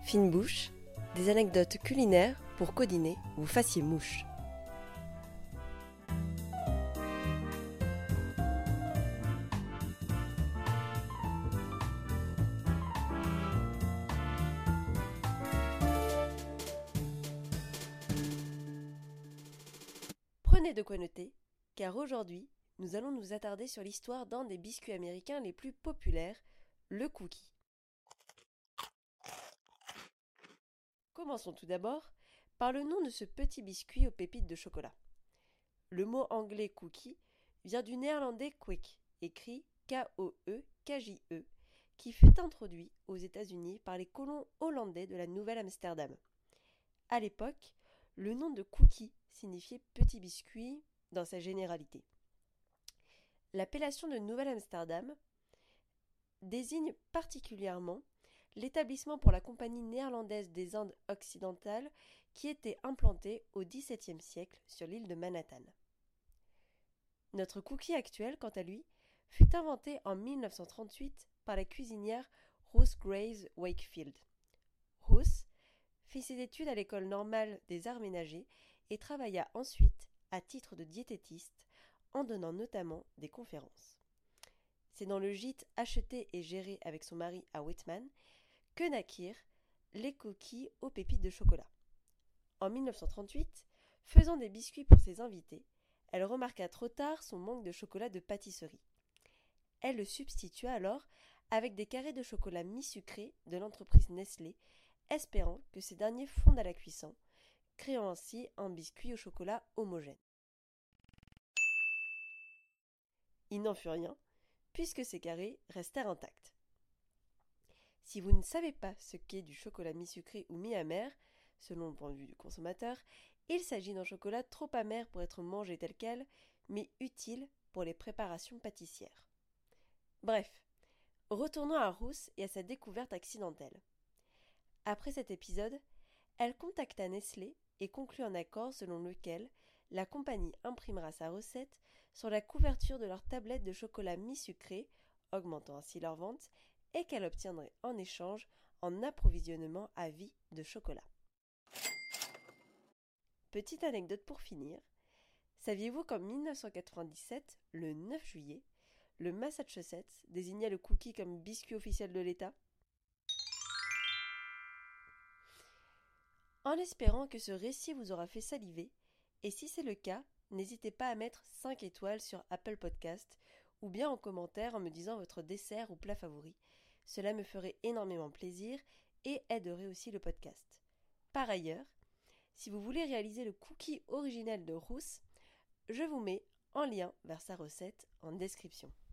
Fine bouche, des anecdotes culinaires pour qu'au dîner, vous fassiez mouche. Prenez de quoi noter, car aujourd'hui, nous allons nous attarder sur l'histoire d'un des biscuits américains les plus populaires, le cookie. Commençons tout d'abord par le nom de ce petit biscuit aux pépites de chocolat. Le mot anglais cookie vient du néerlandais quick, écrit K-O-E-K-J-E, qui fut introduit aux États-Unis par les colons hollandais de la Nouvelle-Amsterdam. À l'époque, le nom de cookie signifiait petit biscuit dans sa généralité. L'appellation de Nouvelle-Amsterdam désigne particulièrement l'établissement pour la Compagnie néerlandaise des Indes occidentales qui était implanté au XVIIe siècle sur l'île de Manhattan. Notre cookie actuel, quant à lui, fut inventé en 1938 par la cuisinière Ruth Graves Wakefield. Ruth fit ses études à l'école normale des arts ménagers et travailla ensuite à titre de diététiste en donnant notamment des conférences. C'est dans le gîte acheté et géré avec son mari à Whitman que naquirent les cookies aux pépites de chocolat. En 1938, faisant des biscuits pour ses invités, elle remarqua trop tard son manque de chocolat de pâtisserie. Elle le substitua alors avec des carrés de chocolat mi-sucré de l'entreprise Nestlé, espérant que ces derniers fondent à la cuisson, créant ainsi un biscuit au chocolat homogène. Il n'en fut rien, puisque ces carrés restèrent intacts. Si vous ne savez pas ce qu'est du chocolat mi-sucré ou mi-amer, selon le point de vue du consommateur, il s'agit d'un chocolat trop amer pour être mangé tel quel, mais utile pour les préparations pâtissières. Bref, retournons à Ruth et à sa découverte accidentelle. Après cet épisode, elle contacta Nestlé et conclut un accord selon lequel la compagnie imprimera sa recette sur la couverture de leur tablette de chocolat mi-sucré, augmentant ainsi leur vente, et qu'elle obtiendrait en échange un approvisionnement à vie de chocolat. Petite anecdote pour finir, saviez-vous qu'en 1997, le 9 juillet, le Massachusetts désigna le cookie comme biscuit officiel de l'État ? En espérant que ce récit vous aura fait saliver, et si c'est le cas, n'hésitez pas à mettre 5 étoiles sur Apple Podcast ou bien en commentaire en me disant votre dessert ou plat favori. Cela me ferait énormément plaisir et aiderait aussi le podcast. Par ailleurs, si vous voulez réaliser le cookie original de Ruth, je vous mets en lien vers sa recette en description.